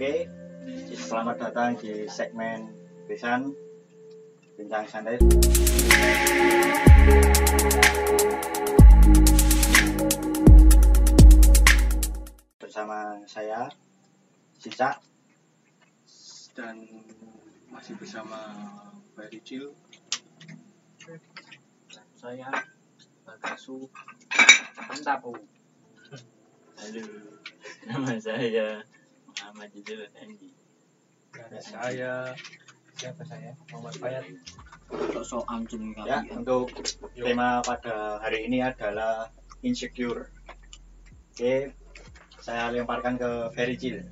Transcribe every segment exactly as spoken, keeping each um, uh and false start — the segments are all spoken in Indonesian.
Oke, selamat datang di segmen Besan Bincang Santai. Bersama saya, Cica, dan masih bersama Ferry Cil. Dan saya Bagasu Mantapu. Halo, nama saya Muhammad Jidil Effendi. Dan saya siapa saya Muhammad Fayat. Soal jenis ya. Untuk tema pada hari ini adalah insecure. Oke, saya lemparkan ke Ferry Cil.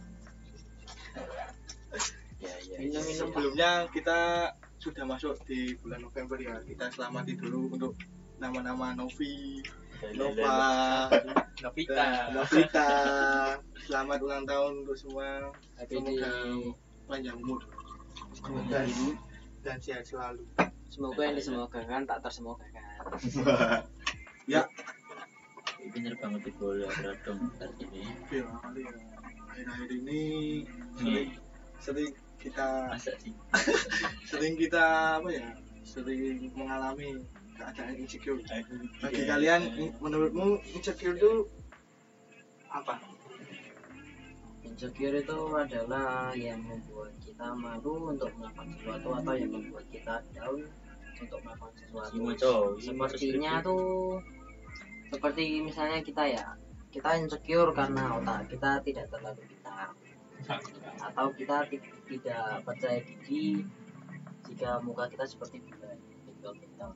Ya, ya. Minum-minum Sebelumnya kita sudah masuk di bulan November ya. Kita selamati dulu untuk nama-nama Novi, Nova, Novita. Novita. Selamat ulang tahun untuk semua. Happy Semoga day. panjang umur dan, dan sehat selalu. Semoga yang disemogakan tak tersemogakan. Ya, Ini bener banget di bola beradong saat ini. ya, kali ya. Akhir-akhir ini sering, sering kita Masa sih? sering kita apa ya? Sering mengalami keadaan insecure. Bagi Iya. kalian, menurutmu insecure itu apa? Insecure itu adalah yang membuat kita malu untuk melakukan sesuatu atau yang membuat kita down untuk melakukan sesuatu. Semua cowok, Sepertinya tuh seperti misalnya kita ya kita insecure karena otak kita tidak terlalu pintar atau kita ti- tidak percaya diri jika muka kita seperti bulan bintang-bintang.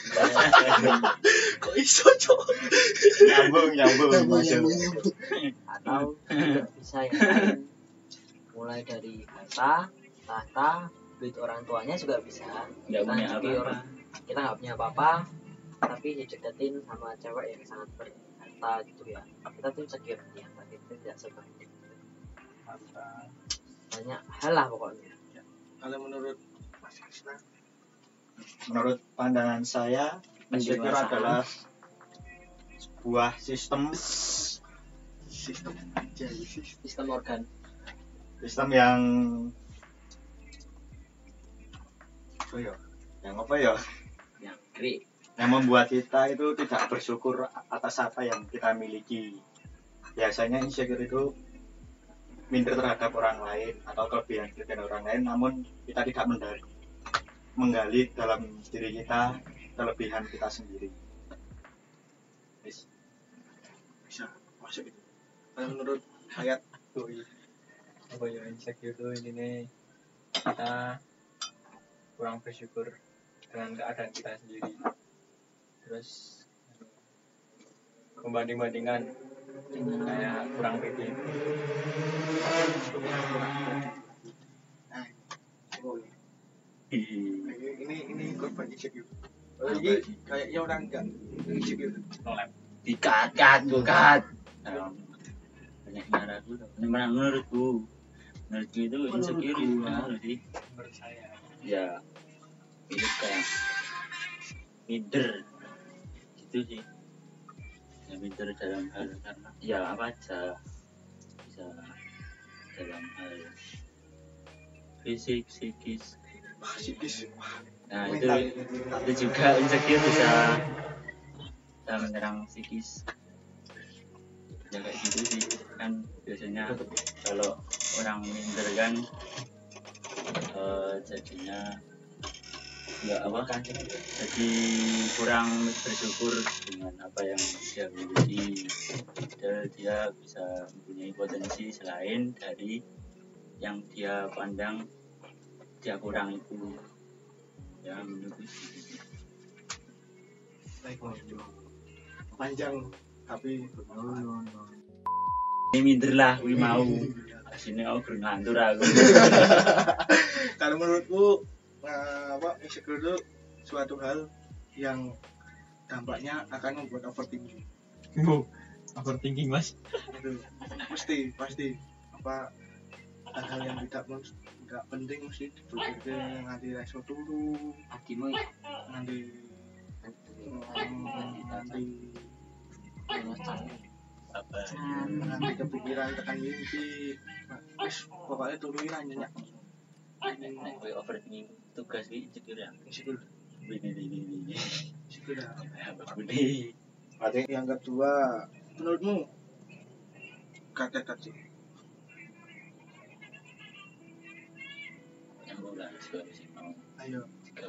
Kok iso, Cok? Nyambung, nyambung, masuk. Atau juga bisa yang lain, mulai dari harta, tahta, duit orang tuanya juga bisa. Nggak Kita punya insecure, apa-apa. kita nggak punya apa-apa tapi dideketin sama cewek yang sangat berharta gitu ya, kita tuh insecure ya, tapi itu tidak seperti itu. Banyak hal lah pokoknya. Kalau menurut Mas Krisna, Menurut pandangan saya, insecure Pendewasaan. adalah sebuah sistem sistem aja sistem. Sistem organ. sistem yang apa ya? Yang apa ya? Yang krik. Yang membuat kita itu tidak bersyukur atas apa yang kita miliki. Biasanya insecure itu minder terhadap orang lain atau kelebihan-kelebihan orang lain, namun kita tidak mendari, menggali dalam diri kita kelebihan kita sendiri. Yes. Bisa masuk itu. Kalau menurut Hayat, Apa ya insecure itu ini nih, kita kurang bersyukur dengan keadaan kita sendiri, terus membanding-bandingkan kayak kurang pede. nah, oh, Hihi. ini ini korban insecure. Ini kayaknya orang enggak insecure. Dikat, kat, kat. Nah, banyak marah dulu. Menurut menurutku, menurutku itu insecure itu anu sih. Menurut saya Ya, itu kayak minder, gitu sih. Ya minder dalam hal karena ya apa aja bisa dalam hal fisik, psikis. Wah, psikis. Wah, Nah itu mental. itu juga insecure bisa bisa menyerang psikis. Ya kayak gitu sih kan biasanya kalau orang minder kan eh, jadinya nggak apa kan jadi kurang bersyukur dengan apa yang dia miliki. Padahal dia bisa mempunyai potensi selain dari yang dia pandang dia kurang itu. Ya menurut itu. Baik, panjang tapi Ini minder lah, gue mau. Asine aku kurang ngantur aku. kalau menurutku eh, apa insecure itu suatu hal yang dampaknya akan membuat overthinking. bu overthinking mas. Itu mesti pasti apa hal-hal yang tidak mus- tidak penting mesti dipikirkan nanti reso dulu Hatimu ya. nanti hmm, nanti apa nanti kepikiran tekan mimpi wis pokoknya turunin aja nyak nek kowe overthinking tugas iki insecure ya insecure ini ini ini insecure dah. apa budi Berarti Yang kedua menurutmu kata-kata sih yang bulan juga sih mau ayo tiga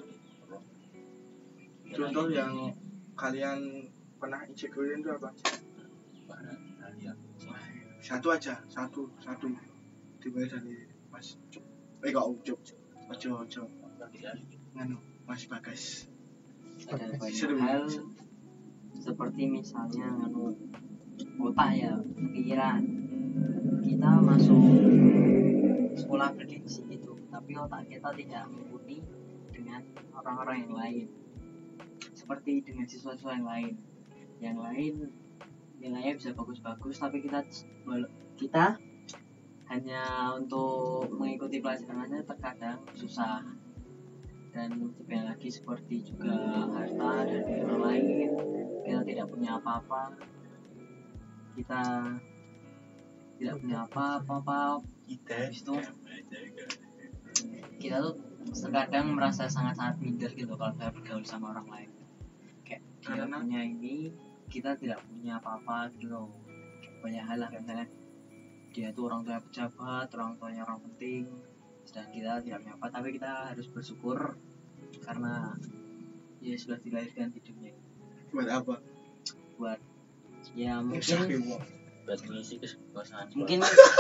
contoh yang kalian pernah insecure itu apa mana kalian satu aja satu satu dimulai dari Mas Ucup eh kok Ucup ojo ojo nganu Mas Bagas Ada banyak Seru. hal seperti misalnya anu otak ya pikiran kita masuk sekolah bergengsi gitu tapi otak kita tidak mumpuni dengan orang-orang yang lain seperti dengan siswa-siswa yang lain yang lain nilainya bisa bagus-bagus tapi kita kita hanya untuk mengikuti pelajarannya terkadang susah dan lebih lagi seperti juga harta dari orang lain kita tidak punya apa-apa kita tidak punya apa-apa kita itu kita tuh terkadang merasa sangat-sangat minder gitu kalau kita bergaul sama orang lain kayak dia Karena? punya ini kita tidak punya apa-apa gitu loh. Banyak hal lah kayak misalnya dia tuh orang tua pejabat orang tuanya orang penting sedang kita tidak punya apa tapi kita harus bersyukur karena ya sudah dilahirkan di dunia ini. buat apa Buat ya Insya mungkin Allah. buat mengisi kesuksesan mungkin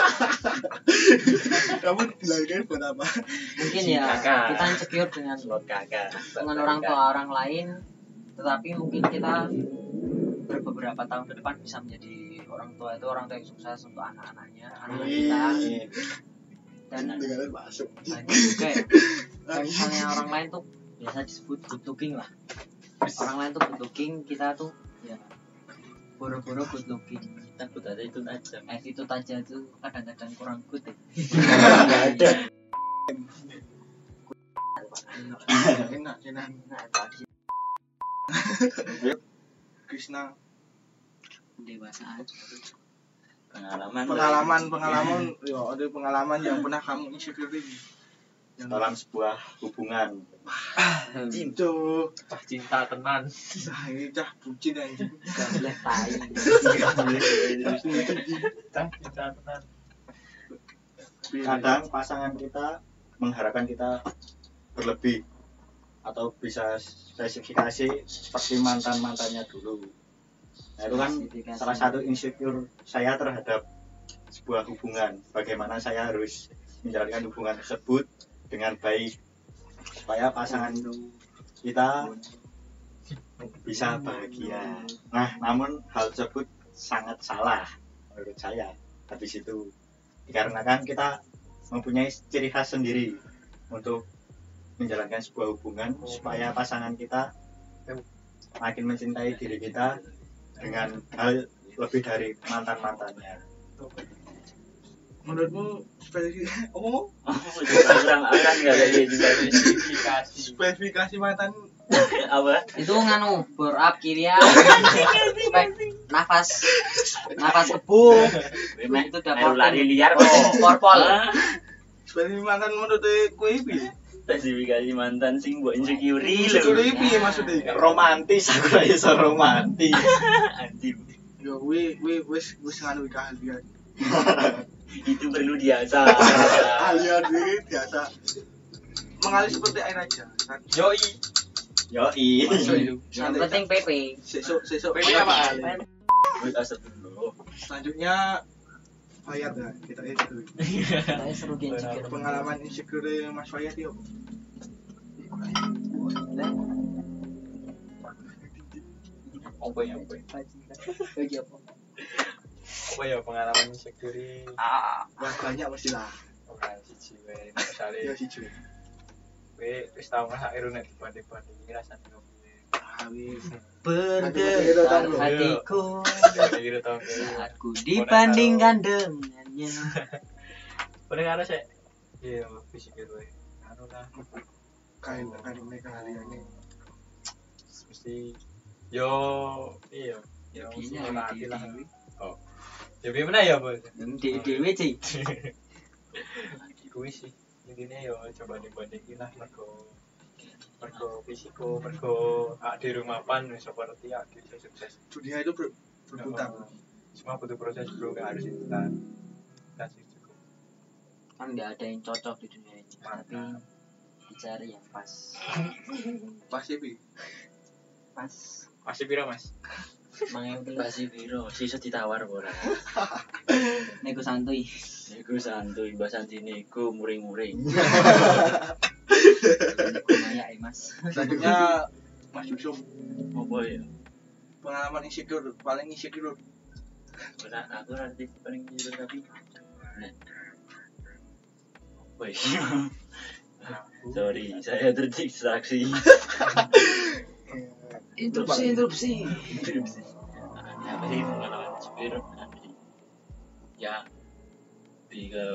kamu dilahirkan buat apa mungkin Si ya kakak. kita insecure dengan slot kakak dengan orang tua orang lain tetapi mungkin kita beberapa tahun ke depan bisa menjadi orang tua itu orang tua yang sukses untuk anak-anaknya anak kita dan dengaran masuk banyak juga ya kayak misalnya orang lain tuh biasa disebut good looking lah orang lain tuh good looking kita tuh ya boro-boro good looking takut ada itu aja eh itu aja tuh kadang-kadang kurang good ya. nggak ada enak enak enak Nah, itu aja Krishna pendewasaan pengalaman pengalaman pengalaman ya ada pengalaman yang pernah kamu insecure ini yang dalam sebuah hubungan cinta Cah cinta tenan. nah ini cah bucin anjing gambleh tai Cah cinta tenan. kadang pasangan kita mengharapkan kita berlebih atau bisa spesifikasi seperti mantan-mantannya dulu. Nah itu kan salah satu insecure saya terhadap sebuah hubungan. Bagaimana saya harus menjalankan hubungan tersebut dengan baik supaya pasangan kita bisa bahagia. Nah namun hal tersebut sangat salah menurut saya. Habis itu dikarenakan kita mempunyai ciri khas sendiri untuk menjalankan sebuah hubungan supaya pasangan kita makin mencintai diri kita dengan hal lebih dari mantan-mantannya. menurutmu spesifikasi oh kurang akan nggak ada juga Spesifikasi. spesifikasi mantan apa itu nganu bore up kiri ya nafas nafas kebu memang itu udah ayo lari porpol liar kok porpol spesifikasi mantan menurut kue piye spesifikasi mantan sing buat insecure insecure lho piye maksudnya Romantis aku lah iso romantis. anjir ya we we wis wis nganu keahlian itu perlu diasah keahlian ini biasa mengalir seperti air aja Yoi. Yoi. Masuk itu. yang penting P P sesuk sesuk P P apaan? buat asap dulu selanjutnya Fayat ya kita itu saya seru gini juga pengalaman insecure Mas Fayat yuk Apa ya? Apa ya? bagi apa Apa ya pengalaman insecure? ah wah banyak mesti lah Orang siji wae. ya Misale si cuy kowe wis tau masak nek dibanding-banding iki rasane ngopi. Awi bergetar hatiku Kira tau. saat ku dibandingkan dengannya Paling ana sik. Iya, fisik itu. Anu lah. kain kain mereka hari ini Mesti yo iya. Yo Gini, mesti hati lah. Dewi. Oh. Ya gimana ya bos? Di dewe sih. Kuwi sih intinya yo coba dibandingin lah mergo mergo fisiko mergo hak di rumah pan seperti ya bisa sukses. Dunia itu ber, berputar. Semua butuh proses bro, nggak harus instan. Kasih cukup. Kan nggak ada yang cocok di dunia ini, tapi dicari yang pas. Pasti Pi. Pas. Masih pira mas? Mangel Pasti biro, sisa ditawar ora. nego santuy. Iku santuy mbah santine iku muring-muring. Maya Mas. Selanjutnya Mas Yusuf, Apa ya? pengalaman insecure paling insecure. Ora aku ora tipe paling jujur tapi. Woi. Sorry, saya terdistraksi. Interupsi, interupsi. Apa sih pengalaman supir? Ya, lebih ke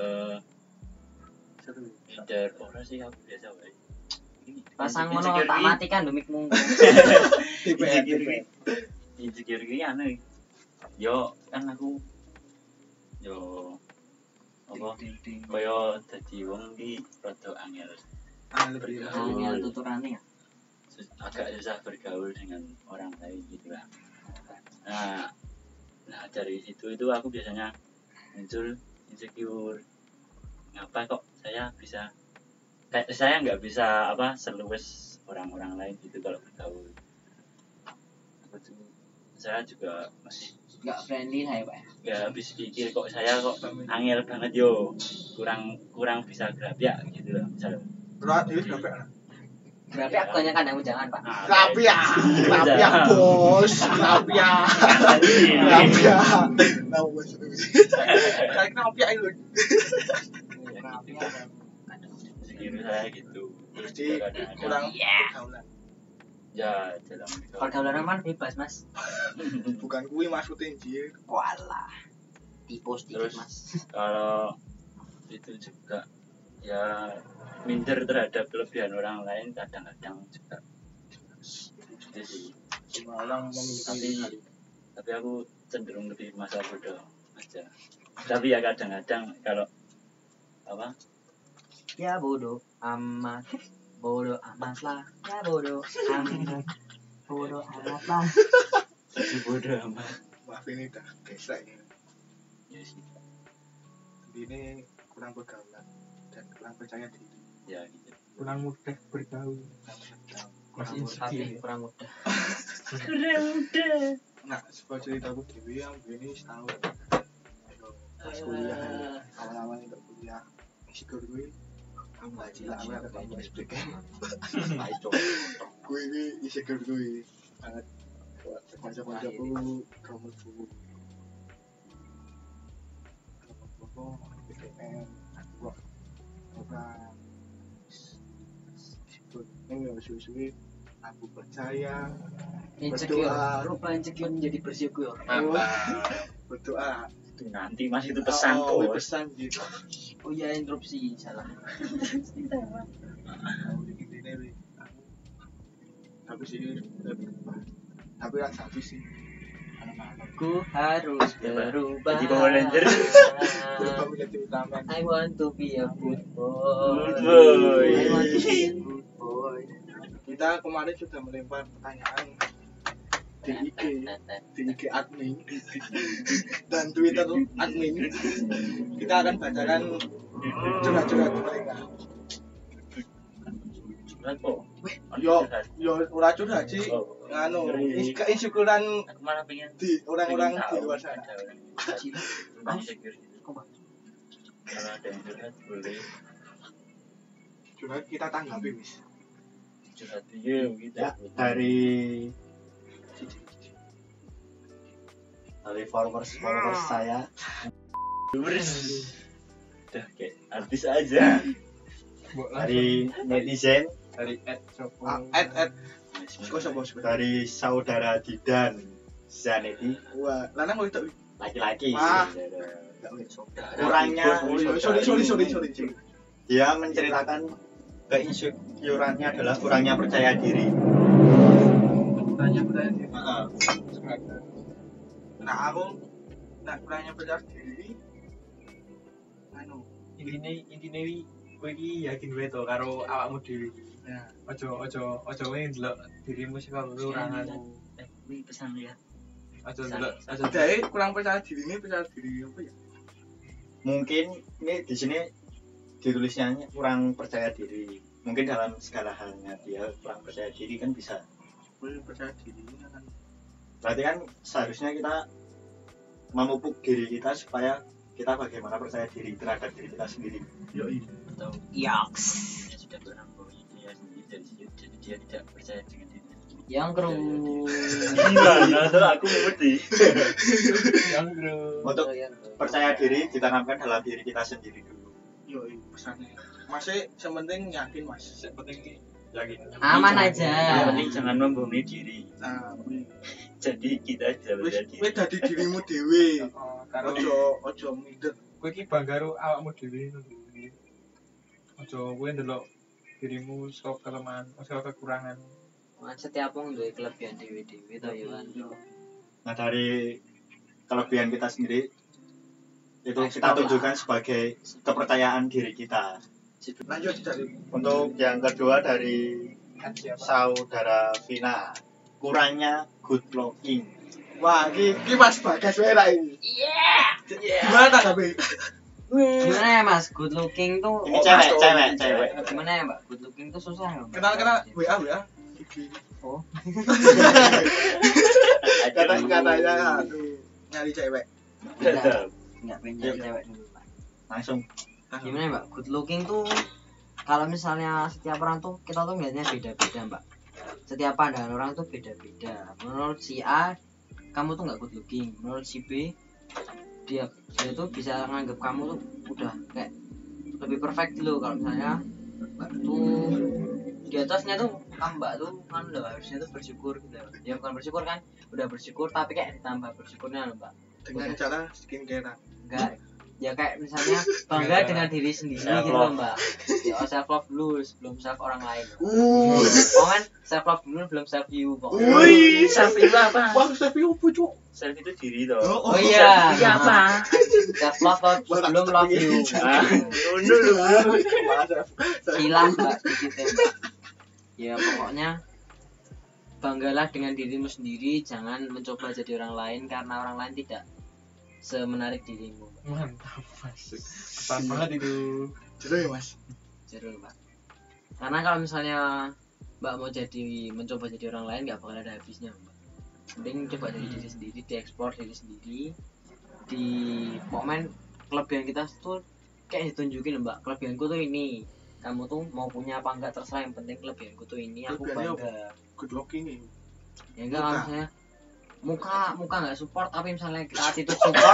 minder orang sih aku biasa wae. Pasang ngono tak matikan domikmu. Insecure insecure iki aneh. Yo kan aku yo apa kaya dadi wong iki rada angel. Angel lebih Angel tuturane ya. Agak susah bergaul dengan orang lain gitu lah. Nah, nah dari situ itu aku biasanya muncul insecure. Ngapa kok saya bisa kayak saya nggak bisa apa seluas orang-orang lain gitu kalau bergaul. Aku tuh saya juga masih Enggak friendly lah ya, Pak. nggak habis pikir kok saya kok angel banget yo, kurang kurang bisa gerabyak gitu loh misalnya. berat itu berapa? Berarti aku tanya kandang jangan, Pak. Rapia, rapia bos, rapia, rapia. Nah bos, kayak rapia itu. Segitu saya gitu. Terus Jadi juga kadang-kadang kurang pergaulan. ya dalam Pergaulan aman bebas, Mas. Bukan kui maksudnya anjir. Walah. Tipus dikit, Terus Mas. kalau itu juga ya minder terhadap kelebihan orang lain kadang-kadang juga gitu sih. Semua orang memiliki Tapi tapi aku cenderung lebih masa bodoh aja. Tapi ya kadang-kadang kalau apa Ya bodoh amat. Bodoh amat lah. Ya bodoh amat. Bodoh amat lah. itu bodoh amat maaf ini dah gesek ini. ya sih Ini kurang pergaulan dan kurang percaya diri. ya gitu. Kurang mudah bergaul. Kurang mudah, kurang mudah. Nah, sebuah ceritaku dewi yang begini setahun pas kuliah, awal-awal untuk kuliah insecure gue ngaji lah, aku ada tambah S B K gue ini insecure gue sangat konsep-konsepku rambut buku rambut buku B K M aku orang ini yang suwi-suwi aku percaya Insecure. Berdoa. Rupa insecure menjadi bersyukur. berdoa Itu nanti mas itu pesan oh, bos. pesan gitu Oh iya, interupsi salah. aku bikin ini Wi. Aku tapi sih lebih tapi rasa habis sih anak-anak Ku harus berubah. Jadi Power Ranger. berubah menjadi utama I want to be a good boy. Good boy. I want to be a good boy. kita kemarin sudah melempar pertanyaan di I G di I G admin dan Twitter admin kita akan bacakan curhat-curhat mereka Curhat kok. yo yo ora curhat sih Oh. nganu is- keinsyukuran Aku malah pengen di orang-orang pengen di tahu luar sana ada orang yang curhat tentang insecure gitu. Kalau ada yang curhat boleh curhat kita tanggapi wis curhat dia gitu. Ya, dari dari followers followers saya Viewers. Udah kayak artis aja. dari netizen Dari Ed Sopo. ah, at at kok sapa sapa dari saudara Didan Zaneti wah lanang kok itu laki-laki Ah. kurangnya oh iya sorry sorry sorry sorry dia menceritakan keinsecurannya adalah kurangnya percaya diri. tanya pertanyaan sih Heeh. nah aku nah kurangnya percaya diri anu intine intine wi kowe iki yakin wae to karo awakmu dhewe. ya Ojo ojo ojo wae ndelok dirimu sing kekuranganmu. Eh, ini pesan ya. Ojo ndelok ojo jadi kurang percaya diri ini percaya diri apa ya Mungkin ini di sini ditulisnya kurang percaya diri. Mungkin dalam segala halnya dia kurang percaya diri kan bisa. kurang percaya diri ini kan Berarti kan seharusnya kita memupuk diri kita supaya kita bagaimana percaya diri terhadap diri kita sendiri. yoi Atau Yaks. dia sudah melampaui dia sendiri dari situ, jadi dia tidak percaya dengan diri. Yang kru. Gimana tuh aku mengerti. yang bro. Untuk percaya diri ditanamkan dalam diri kita sendiri dulu. yoi pesannya masih yang penting yakin mas Yang penting ki yakin. Aman Yang aja. penting jangan membohongi diri. nah Jadi kita tidak wis percaya diri. wis dadi dirimu dhewe Oh, karo ojo ojo minder kowe iki bangga karo awakmu dhewe ngono lho. Ojo kowe ndelok dirimu saka kelemahan, saka kekurangan. Setiap wong duwe kelebihan dhewe-dhewe to ya kan. Nah dari kelebihan kita sendiri itu kita Eksplor lah. tunjukkan sebagai kepercayaan diri kita. lanjut dari Untuk yang kedua dari Kan siapa? saudara Vina, kurangnya good looking. wah ini ini mas bagas merah ini gimana tanggapi Gimana ya Mas? Good looking tuh Ini cewek, cewek, cewek. Gimana ya Mbak? Good looking tuh susah ya. Mbak? kenal kenal wa wa Oh. kata katanya aduh nyari cewek Enggak. Enggak pengen nyari cewek dulu, Mbak. Langsung Gimana ya Mbak? Good looking tuh kalau misalnya setiap orang tuh kita tuh melihatnya beda-beda Mbak. Setiap pandangan orang tuh beda-beda. Menurut si A kamu tuh nggak good looking. Menurut si B dia dia tuh bisa nganggap kamu tuh udah kayak lebih perfect loh. Kalau misalnya Mbak tuh di atasnya tuh ah Mbak tuh kan udah harusnya tuh bersyukur gitu. Ya bukan bersyukur kan, udah bersyukur tapi kayak ditambah bersyukurnya loh Mbak. dengan cara skincare Enggak, ya kayak misalnya bangga Enggak. dengan diri sendiri Self gitu love. loh Mbak. Ya self love dulu sebelum self orang lain. uh Pokoknya self love dulu belum self you pokoknya. Wih, self itu apa? wah selfie apa cuk Self itu diri toh. Oh iya. Selfie apa? Self love tuh sebelum love you. Ah, ngono lho. Silang Mbak sedikit ya Mbak. Ya pokoknya banggalah dengan dirimu sendiri, jangan mencoba jadi orang lain karena orang lain tidak semenarik dirimu. Mantap masuk. Kepan banget itu. Jero ya mas Jeruk Mbak. Karena kalau misalnya Mbak mau jadi mencoba jadi orang lain nggak bakal ada habisnya Mbak. Mending coba jadi diri sendiri, dieksplor diri sendiri, di momen kelebihan kita tuh kayak ditunjukin Mbak. Kelebihanku tuh ini, kamu tuh mau punya apa enggak terserah, yang penting kelebihanku tuh ini, aku Kelebihannya bangga. good looking nih Ya enggak Muka. kalau misalnya muka muka nggak support tapi misalnya kita attitude support.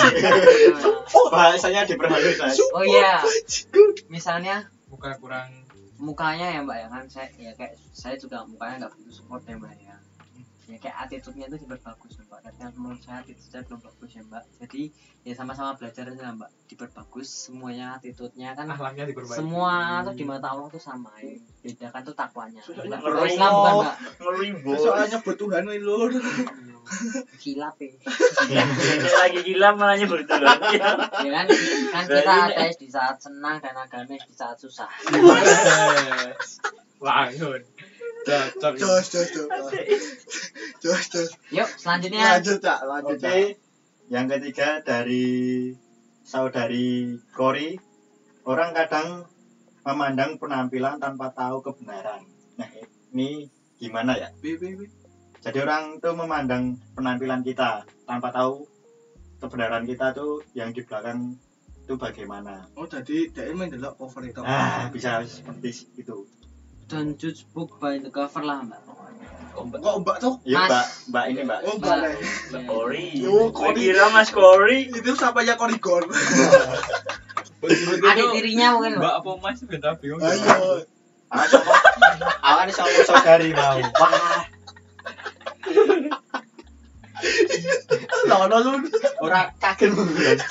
bahasanya diperhalus Mas. Oh iya, misalnya Muka kurang mukanya ya mbak ya kan saya ya kayak saya juga mukanya nggak butuh support ya mbak ya ya kayak attitude-nya itu diperbagus mbak tapi kan menurut saya attitude saya belum bagus ya mbak jadi ya sama-sama belajar aja mbak diperbagus semuanya attitude-nya kan akhlaknya diperbaiki. semua tuh di mata Allah tuh sama ya bedakan tuh takwanya Soalnya Mbak, kalau Islam bukan mbak Ngeri bos. soalnya bertuhan nih lur hilap ya Ini lagi gila malah nyebut itu loh. ya kan kan kita ateis di saat senang dan agamis di saat susah Wangun. Cocok. jos jos jos jos jos yuk selanjutnya lanjut cak lanjut Oke, cak yang ketiga dari saudari Kori, orang kadang memandang penampilan tanpa tahu kebenaran. Nah, ini gimana ya? bi bi bi Jadi orang tuh memandang penampilan kita tanpa tahu kebenaran kita tuh yang di belakang itu bagaimana. oh jadi dia main delok cover itu Nah, bisa seperti itu. don't judge book by the cover lah mbak kok mbak tuh Iya, Mas. Mbak. Mbak ini, Mbak. oh mbak Mbak. nih Ya. Kori. Yo, Gua Kori. kira Mas Kori. itu siapa ya korigor adik tirinya mungkin mbak Mbak apa Mas beda bingung. ayo Ah, sama. Awan sama saudari mau. Wah, lo lo lu orang kaget banget.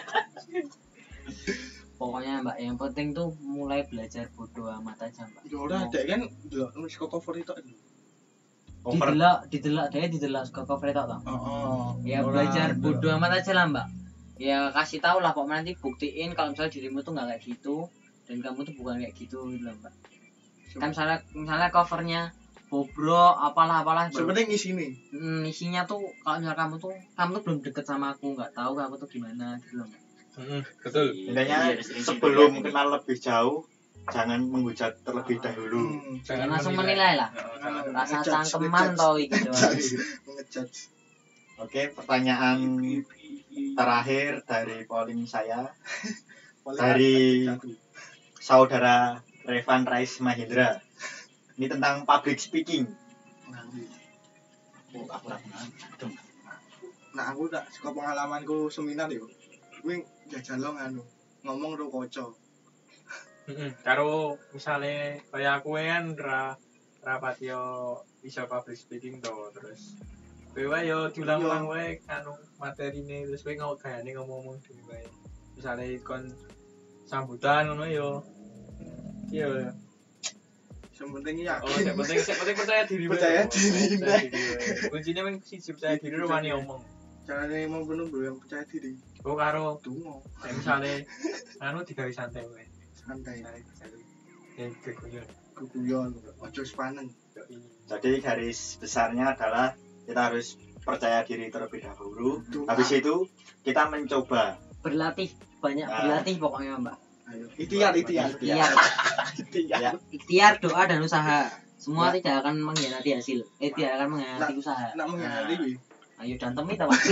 pokoknya mbak yang penting tuh mulai belajar bodo amat aja mbak ya udah dek kan delok nulis kok cover itu Over. didelok didelok dia didelok saka cover tok toh. Heeh. Ya Ora belajar ndelok. bodoh amat aja lah mbak. Ya kasih tahu lah pokoknya nanti buktiin kalau misalnya dirimu tuh nggak kayak gitu dan kamu tuh bukan kayak gitu gitu loh mbak. Kan misalnya misalnya covernya bobrok apalah apalah. Sebenarnya ngisi nih. Hmm, isinya tuh kalau misalnya kamu tuh kamu tuh belum deket sama aku nggak tahu aku tuh gimana gitu loh. Mbak. Mm-mm, betul. Intinya Iya, sering sebelum gitu. kenal lebih jauh, jangan menghujat terlebih dahulu. Hmm. Jangan langsung menilai lah. Heeh, jangan Hmm. Rasa Ngejudge, cangkeman ngejudge. tau iki doang. Ngejudge. Oke, pertanyaan terakhir dari polling saya Paling dari satu. saudara Revan Rais Mahindra. Ini tentang public speaking. Nah, ini. Oh, aku ora pernah. Aduh. Nah, aku tak suka pengalamanku seminar yo. Kuwi jajal lo nganu ngomong ro kaca. Heeh, karo misale kaya aku kan ra rapat yo bisa public speaking to terus kowe wae yo diulang-ulang wae anu materine terus kowe ngomong gayane ngomong dhewe wae. Misale kon sambutan ngono yo. Iya. Yang penting ya. Oh, yang penting yang penting percaya diri wae. Percaya diri, Percaya diri wae. Kuncinya men siji percaya diri ro wani omong. Carane mau bener bro yang percaya diri. Oh karo Dungo kayak misale anu digawe santai wae. santai. Ya keguyon. Guguyon ojo sepaneng. Jadi garis besarnya adalah kita harus percaya diri terlebih dahulu. Doa. Habis itu kita mencoba. Berlatih banyak Nah. berlatih pokoknya mbak. Ayo. Ikhtiar, ikhtiar. Ikhtiar, Ikhtiar. Ya, ikhtiar doa dan usaha. Semua Ya. tidak akan mengkhianati hasil. Eh tidak akan mengkhianati usaha. Nak mengkhianati kuwi. Ayo dantem itu pak.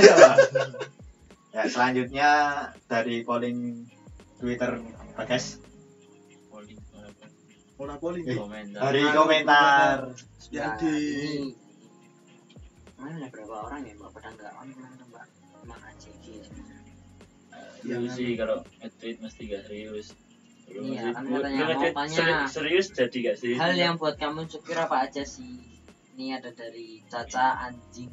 ya selanjutnya dari polling Twitter Bagas Polling, walaupun Ora poli. Eh. komentar. dari komentar. Ya Nah, di ini mana ada berapa orang ya mbak pada nggak online mbak emang aja gitu. Dulu sih kalau nge-tweet mesti gak serius. Kalau Iya, nge-tweet- kan lu katanya nge-tweet mau tanya. seri- serius jadi gak serius. Hal yang buat kamu insecure apa aja sih? Ini ada dari Caca anjing.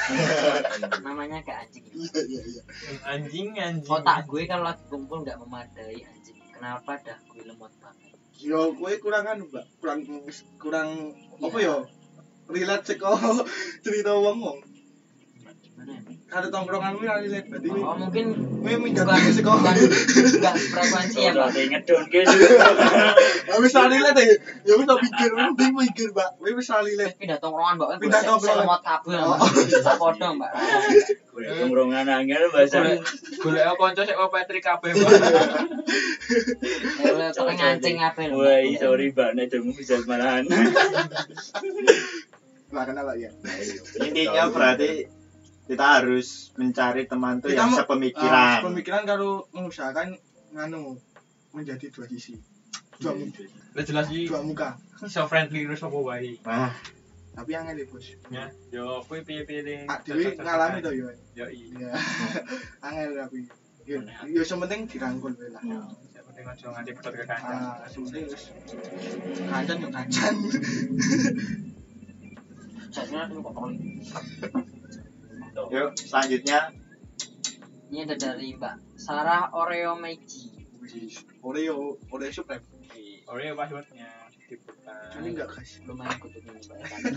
Namanya kayak anjing. Iya iya iya. Anjing anjing. Otak gue kalau lagi kumpul nggak memadai anjing. Kenapa dah gue lemot banget? Yo kowe kurang anu, Mbak. Kurang kurang apa Iya. yo? Relate seko cerita wong-wong. Gimana ya? Ada tongkrongan kuwi ora relate berarti Oh mungkin kowe minggat bukan seko. bukan nggak frekuensi ya Kalau pak. ada yang ngedon ke juga. Wis ora relate ya. Ya wis tak pikir, mending mikir, Mbak. Kowe wis ora relate. Pindah tongkrongan mbak. Pindah tongkrongan. Lemot kabel. Oh. Tak podo mbak. Golek tongkrongan angel bahasa. Golek golek kanca sik kok Patrick kabeh. Boleh pakai ngancing apa lho. Wah, sorry Mbak, nek demu bisa malahan. Lah kenal ya. Intinya berarti kita harus mencari teman tuh Kita yang mau- sepemikiran. Ah, pemikiran kalau mengusahakan nganu menjadi dua sisi. Dua muka. Lah jelas iki Dua muka. iso friendly terus apa wae. Nah, Tapi angel ya, Bos. Ya, yo kuwi piye-piye Ah, Dewi ngalami to yo. Yo iya. Iya. Angel tapi. Yo, yo sementing dirangkul wae lah. Yo, sing penting aja nganti pedot ke kancah. Ah, sementing wis kancan yo kancan. Jadinya aku kok oli. yuk selanjutnya Ini ada dari Mbak Sarah Oreo Meiji. Wis. Oreo, Oreo Supreme. Oreo passwordnya diputar. Ini enggak, guys. Lumayan kutubnya Mbak. ya kan?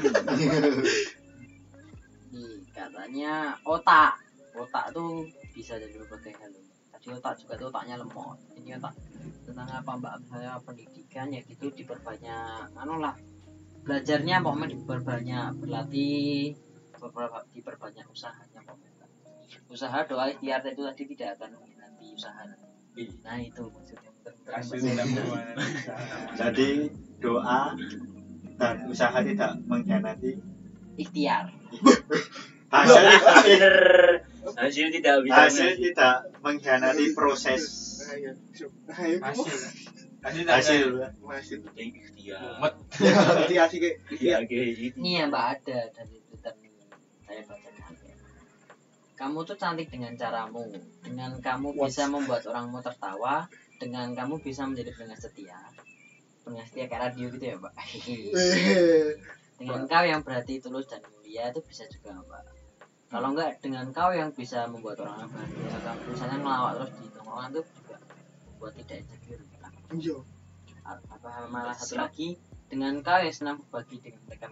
Nih katanya otak. Otak tuh bisa dari berbagai hal. Tadi otak juga tuh otaknya lemot. Ini otak tentang apa Mbak? Misalnya pendidikan ya gitu diperbanyak. Anu lah. Belajarnya pokoknya diperbanyak, berlatih, beberapa diperbanyak usahanya pokoknya. Usaha doa ikhtiar itu tadi tidak akan nanti usaha. Nah itu maksudnya. Hasil mudah-mudahan. jadi doa dan usaha tidak mengkhianati Ikhtiar. hasil Bener. Hasil tidak bisa. hasil tidak mengkhianati proses Ayo. Ayo. Hasil. Hasil. hasil Masih. Penting ikhtiar. Mumet. Hati hati ke. Iya, kayak Ini ya Mbak ada dari Twitter nih. Saya bacakan ya. Kamu tuh cantik dengan caramu, dengan kamu bisa membuat orangmu tertawa, dengan kamu bisa menjadi pendengar setia. Pendengar setia kayak radio gitu ya Mbak. Dengan kau yang berarti tulus dan mulia itu bisa juga Mbak. Kalau enggak dengan kau yang bisa membuat orang bahagia, kamu misalnya ngelawak terus di tongkrongan tuh juga buat tidak insecure. Iya. Apa malah satu lagi dengan kau yang senang berbagi dengan mereka.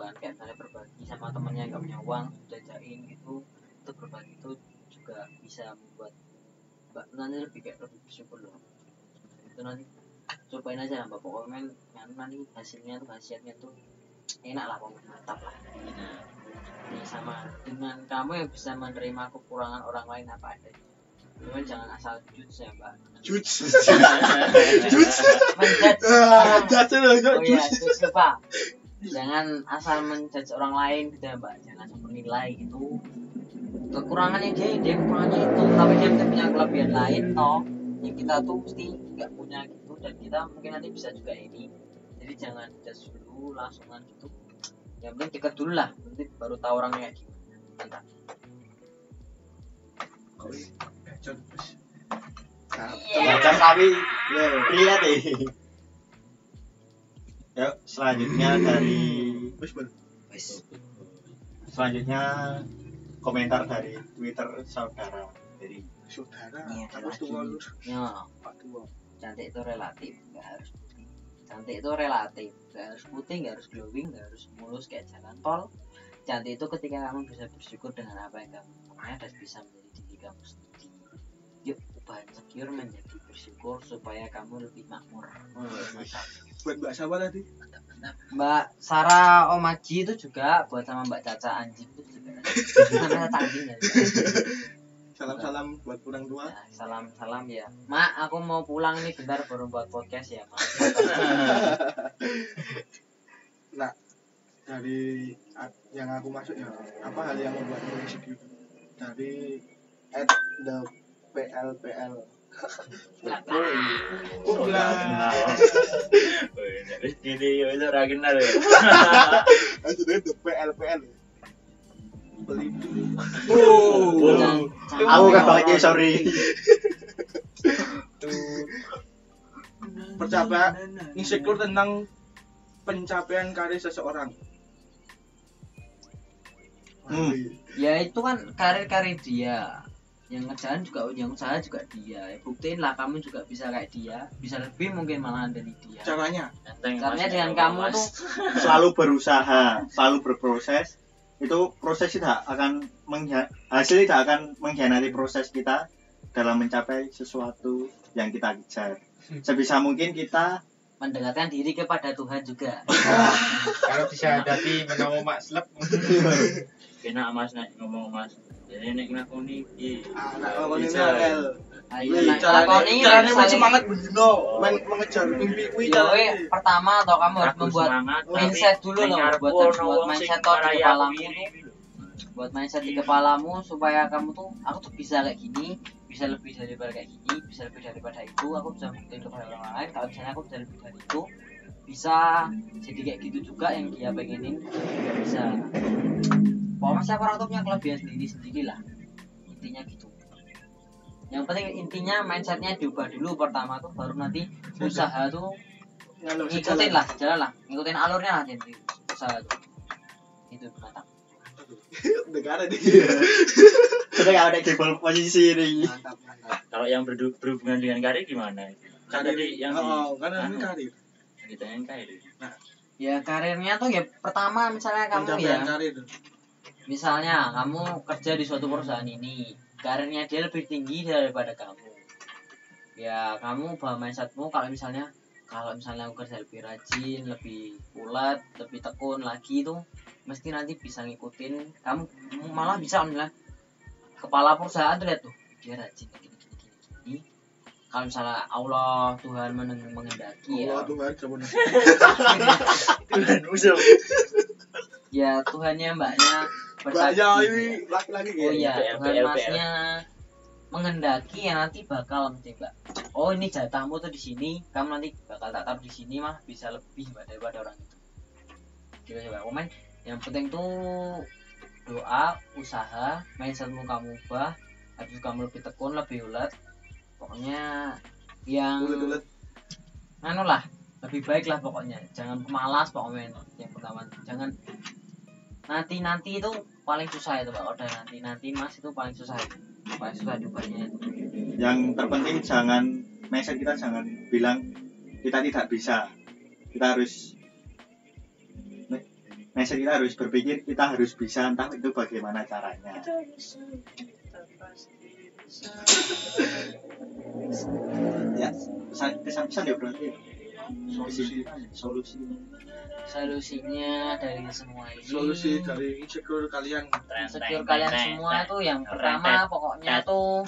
kan, kayak misalnya berbagi sama temennya nggak punya uang jajain gitu, itu berbagi itu juga bisa membuat mbak nanti lebih kayak lebih bersyukur loh. Itu nanti cobain aja mbak, pokoknya nanti hasilnya tuh hasilnya tuh enak lah, pokoknya mantap lah. Ini sama dengan kamu yang bisa menerima kekurangan orang lain apa adanya. Cuman jangan asal judge ya mbak. Judge. Judge. Menjudge. Ah, judge loh, Oh iya, judge. judge pak. Jangan asal menjudge orang lain gitu ya mbak. Jangan menilai gitu. Kekurangannya dia, dia kekurangannya itu. Tapi dia mungkin punya kelebihan lain toh. Yang kita tuh mesti nggak punya gitu. Dan kita mungkin nanti bisa juga ini. Jadi jangan judge dulu langsungan gitu. Yang penting dekat dulu lah. Nanti baru tahu orangnya kayak gimana. Mantap. Oh iya. Gacor, Bos. Macam kami lihat deh. Yuk, selanjutnya dari Wis, Bos. Wes. selanjutnya komentar dari Twitter saudara dari Saudara, Iya, harus lagi. tua lur. Ya, Pak tua. cantik itu relatif, nggak harus putih. Cantik itu relatif, nggak harus putih, nggak harus glowing, nggak harus mulus kayak jalan tol. Cantik itu ketika kamu bisa bersyukur dengan apa yang kamu punya dan bisa menjadi diri kamu sendiri. Yuk, ubah insecure menjadi bersyukur supaya kamu lebih makmur. Mantap. Buat Mbak siapa tadi? Mbak Sarah Omaji itu juga buat sama Mbak Caca anjing itu juga. Namanya Caca anjing ya. Salam-salam buat orang tua. Nah, salam salam ya. Mak, aku mau pulang nih bentar baru buat podcast ya, Mak. Nah, dari a- yang aku masuk ya, apa hal yang membuatmu insecure? Dari at the P L P L. Oh, lah. Wis gini yo itu ora kenal ya. Maksudnya the P L P L. Beli. Oh, Oh. aku kan pakai sorry. Percapaian insecure tentang pencapaian karir seseorang. Hmm. ya itu kan karir-karir dia. Yang ngerjain juga, yang usaha juga dia. Ya, buktiin lah kamu juga bisa kayak dia, bisa lebih mungkin malahan dari dia. Caranya Caranya dengan kamu tuh Selalu berusaha, selalu berproses. Itu proses tidak akan mengkhianati, hasil tidak akan mengkhianati proses kita dalam mencapai sesuatu yang kita kejar. Sebisa mungkin kita mendekatkan diri kepada Tuhan juga. Kalau bisa dadi menawa mak slep. Kena Mas nek ngomong Mas. Jadi nek ngakoni iki. anak ngomongin Bisa. L. Ayo Wih, nah, caranya lakoni caranya saling- semangat bendino, men mengejar mimpi kuwi Ya, we, caranya. pertama atau kamu harus Aku membuat semangat, tapi mindset dulu loh, dengar buat ono buat wong mindset sing tuh di marah kepalamu aku tuh, ini. buat mindset di kepalamu supaya kamu tuh, aku tuh bisa kayak gini, bisa lebih daripada kayak gini, bisa lebih daripada itu, aku bisa buktiin kepada orang lain. Kalau misalnya aku bisa lebih dari itu, bisa jadi kayak gitu juga yang dia pengenin juga bisa. Pokoknya siapa orang tuh punya kelebihan sendiri sendiri lah, intinya gitu. Yang penting intinya mindsetnya diubah dulu pertama tuh, baru nanti usaha tuh Nganu ngikutin lah, jalan lah, ngikutin alurnya lah jadi usaha tuh. Itu mantap. negara di. sudah ada di posisi ini. Mantap, mantap. Kalau yang berdu- berhubungan dengan karir gimana? Kan tadi yang di Oh, kan ini anu, karir. kita yang karir. Ya karirnya tuh ya pertama misalnya kamu Pencapaian ya, karir. misalnya kamu kerja di suatu perusahaan ini, karirnya dia lebih tinggi daripada kamu. Ya kamu bawa mindsetmu kalau misalnya kalau misalnya aku kerja lebih rajin, lebih ulet, lebih tekun lagi tuh, mesti nanti bisa ngikutin kamu, malah bisa bilang kepala perusahaan tuh lihat tuh dia rajin gini gini gini gini. Kalau misalnya Allah Tuhan meneng- mengendaki ya, Allah Tuhan sabun. Tuhan usul. ya Tuhannya mbaknya Mbak ya bertakdir, ini ya. laki-laki Oh ya. iya, P L, Tuhan P L, P L. masnya mengendaki ya nanti bakal nanti mbak. Oh ini jatahmu tuh di sini, kamu nanti bakal tak taruh di sini mah bisa lebih mbak daripada orang itu. Gitu coba komen. Yang penting tuh doa, usaha, mindsetmu kamu ubah, habis itu kamu lebih tekun, lebih ulet. Pokoknya yang Ulet-ulet. anu lah, lebih baik lah pokoknya. Jangan pemalas pokoknya yang pertama. Jangan nanti-nanti itu paling susah itu Pak. Udah nanti-nanti Mas itu paling susah itu. Paling susah diubahnya itu. Yang terpenting jangan mindset kita jangan bilang kita tidak bisa. Kita harus mindset kita harus berpikir kita harus bisa, entah itu bagaimana caranya. Ya, kesan-kesan ya berarti solusi solusi Solusinya dari semua ini. Solusi dari insecure kalian. Insecure kalian semua tuh yang pertama pokoknya tuh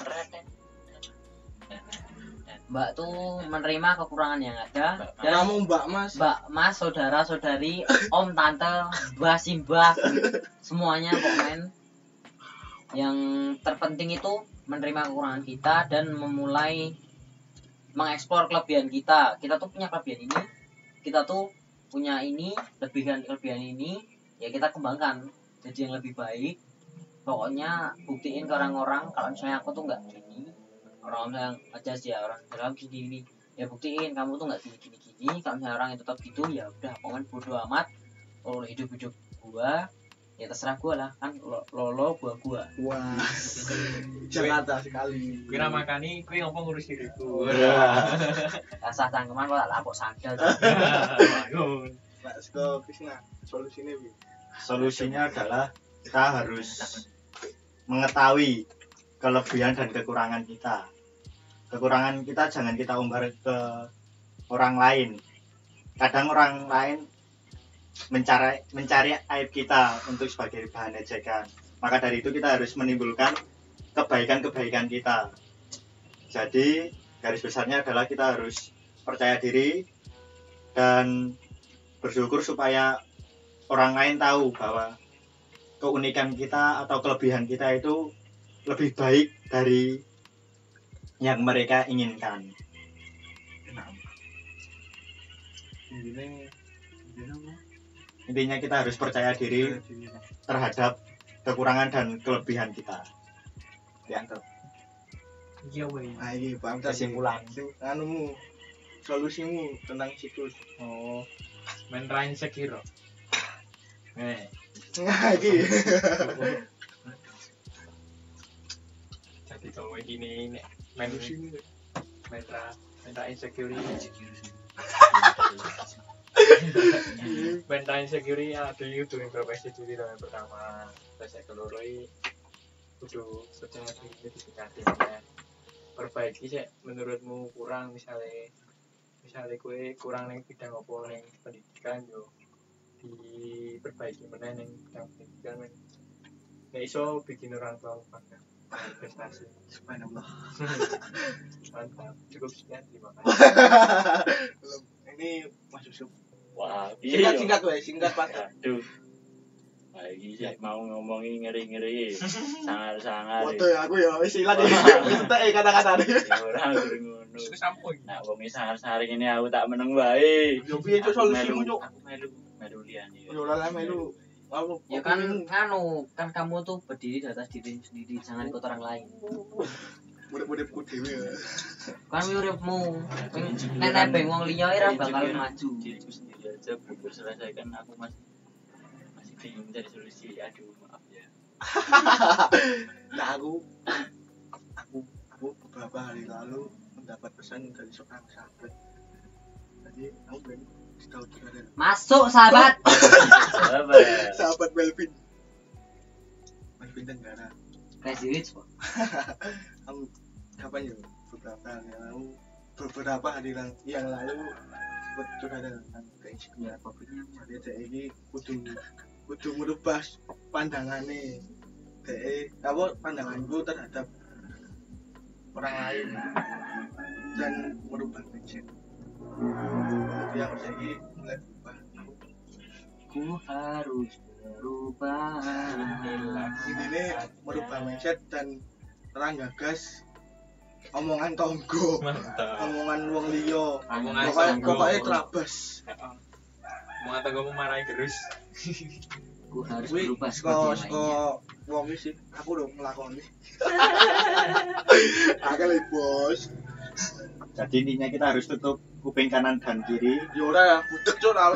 Mbak tuh menerima kekurangan yang ada dan Kamu Mbak Mas. Mbak Mas, saudara saudari, Om Tante, Mbah Simbah, semuanya pokoknya. Yang terpenting itu menerima kekurangan kita dan memulai mengeksplor kelebihan kita. Kita tuh punya kelebihan ini, kita tuh punya ini, lebihan kelebihan ini, ya kita kembangkan jadi yang lebih baik. Pokoknya buktiin ke orang-orang kalau misalnya aku tuh nggak gini, orang yang aja sih ya orang dalam gini gini, ya buktiin kamu tuh nggak gini gini gini. Kalau misalnya orang yang tetap gitu, ya udah pokoknya bodo amat. Kalau hidup hidup gua, ya terserah gua lah kan, lolo buah gua. Wah. Jakarta sekali. Kira makani kuwi ngopo ngurus diriku. Rasa cangkeman kok tak lapuk sandal. Bangun. Mas ke Krisna, solusinya bi. Solusinya adalah kita harus mengetahui kelebihan dan kekurangan kita. Kekurangan kita jangan kita umbar ke orang lain. Kadang orang lain mencari mencari aib kita untuk sebagai bahan ejekan. Maka dari itu kita harus menimbulkan kebaikan-kebaikan kita. Jadi garis besarnya adalah kita harus percaya diri dan bersyukur supaya orang lain tahu bahwa keunikan kita atau kelebihan kita itu lebih baik dari yang mereka inginkan. Ini ini Intinya kita harus percaya diri terhadap kekurangan dan kelebihan kita. Dianggap Iya weh. Nah, ini paham kesimpulan. Anumu, solusimu tentang situs. Oh, main rain sekiro. Eh, Nah, ini. jadi kowe gini nek main main ra main ra insecure. Main ra insecure ada itu introspeksi diri yang pertama. Terus yang kedua kudu percaya diri ditingkatin. Perbaiki sih menurutmu kurang misalnya misalnya kue kurang ning bidang apa ning pendidikan yo diperbaiki meneh ning bidang pendidikan men. Nek iso bikin orang tua bangga prestasi. Subhanallah. Mantap. Cukup sekian, terima kasih. Belum. Ini Mas Yusuf. Wah, Singkat singkat weh, singkat Pak. Aduh. Nah, ini sih mau ngomongin ngeri-ngeri. Sangar-sangar. Foto ya aku ya wis ilang ya. Wis entek kata-kata iki. Ya ora ngono. Wis sampun. Nah, wong sangar-sangar ini aku tak meneng wae. Yo piye cuk solusimu cuk? Aku melu melu liyane. Yo ora melu. Aku Ya kan anu kan kamu tuh berdiri di atas diri sendiri, jangan ikut orang lain. murid-muridku dhewe. Kan uripmu. Nek nebeng wong liya ora bakal maju. Diriku sendiri aja belum selesaikan aku masih masih bingung cari solusi. Aduh, maaf ya. Nah, aku aku aku beberapa hari lalu mendapat pesan dari seorang sahabat. Jadi aku ben tahu juga ada Masuk sahabat. Sahabat. sahabat Melvin. Melvin Tenggara. Crazy Rich, Pak. Kamu kapan ya? Beberapa hari lalu beberapa hari lang- yang lalu sempat curhat tentang keinginan pabriknya. Jadi dia ini kudu kudu merubah pandangannya. Dia apa pandanganku terhadap orang lain dan merubah mindset. Jadi yang saya ini mulai berubah. Ku harus berubah. Ini merubah mindset dan terang gagas omongan tonggo, Mantap. omongan wong liya, Omongan pokoknya tonggo. pokoknya terabas. Mau ngata gue marahin terus. Ku harus Wih, berubah seko seperti yang seko lainnya. wong iki sih, aku udah ngelakoni. Akal iki, Bos. Jadi intinya kita harus tutup kuping kanan dan kiri. Ya ora ya, budek cuk ora.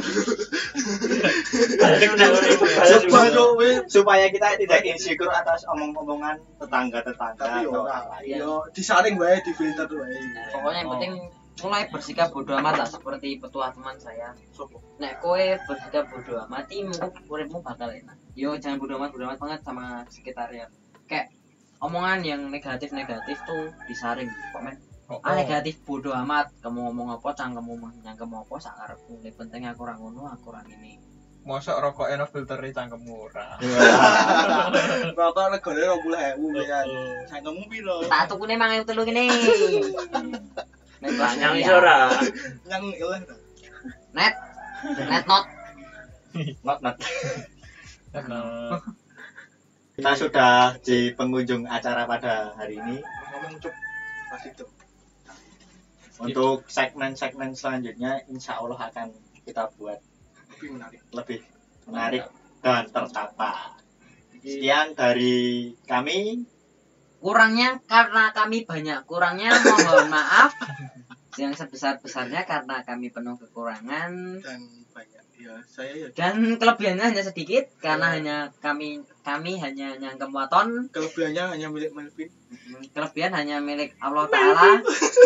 Supaya, supaya kita tidak insecure atas omong-omongan tetangga-tetangga Tapi ya atau ora. orang lain. Ya disaring wae, difilter wae. Pokoknya yang Oh. penting mulai bersikap bodoh amat lah seperti petua teman saya. Sopo? Nek kowe bersikap bodoh amat, mungkin uripmu bakal enak. Yo jangan bodoh amat bodoh amat banget sama sekitarnya. Kayak omongan yang negatif-negatif tuh disaring komen. Oh, Ah oh. negatif bodoh amat, kamu ngomong apa, cangkemmu nyangkem apa sak karepmu. Yang penting aku ora ngono, aku ora ngene. Mosok rokok eno filter cangkemmu ora. Rokok regane dua puluh ribu ya. Cangkemmu piro? Tak tukune mang ewu telu kene. Nek Yang ya. iso ora. Yang ilah ta. Net. Net not. Not not. Nah, Kita sudah di pengunjung acara pada hari ini. Ngomong cuk. Pas itu. Untuk segmen-segmen selanjutnya insya Allah akan kita buat Lebih menarik. lebih menarik dan tertata. Sekian dari kami. Kurangnya karena kami banyak kurangnya, mohon maaf. Yang sebesar-besarnya karena kami penuh kekurangan. Dan banyak ya saya ya Dan kelebihannya hanya sedikit karena Ya. hanya kami kami hanya nyangkem waton. kelebihannya hanya milik Melvin. Kelebihan hanya milik Allah Ta'ala.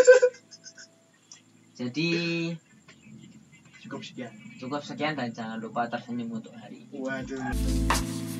Jadi Cukup sekian. cukup sekian dan jangan lupa tersenyum untuk hari ini. Waduh.